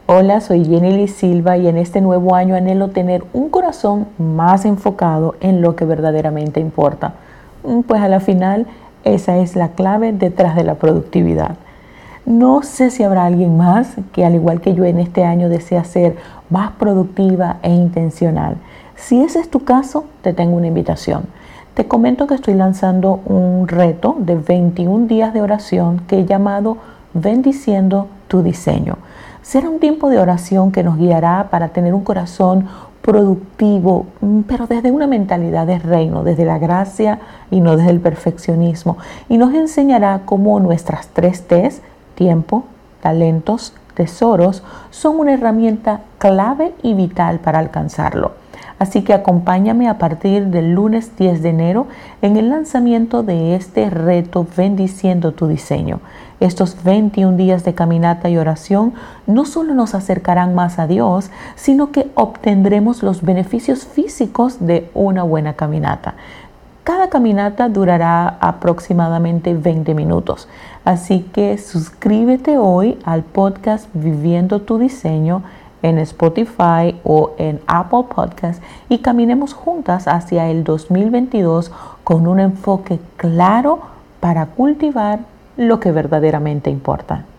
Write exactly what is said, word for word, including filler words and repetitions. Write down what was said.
Hola, soy Jenny Lee Silva y en este nuevo año anhelo tener un corazón más enfocado en lo que verdaderamente importa. Pues a la final esa es la clave detrás de la productividad. No sé si habrá alguien más que al igual que yo en este año desea ser más productiva e intencional. Si ese es tu caso, te tengo una invitación. Te comento que estoy lanzando un reto de veintiún días de oración que he llamado Bendiciendo tu diseño. Será un tiempo de oración que nos guiará para tener un corazón productivo, pero desde una mentalidad de reino, desde la gracia y no desde el perfeccionismo. Y nos enseñará cómo nuestras tres T's, tiempo, talentos, tesoros, son una herramienta clave y vital para alcanzarlo. Así que acompáñame a partir del lunes diez de enero en el lanzamiento de este reto Bendiciendo tu diseño. Estos veintiún días de caminata y oración no solo nos acercarán más a Dios, sino que obtendremos los beneficios físicos de una buena caminata. Cada caminata durará aproximadamente veinte minutos, así que suscríbete hoy al podcast Viviendo tu Diseño en Spotify o en Apple Podcast y caminemos juntas hacia el dos mil veintidós con un enfoque claro para cultivar lo que verdaderamente importa.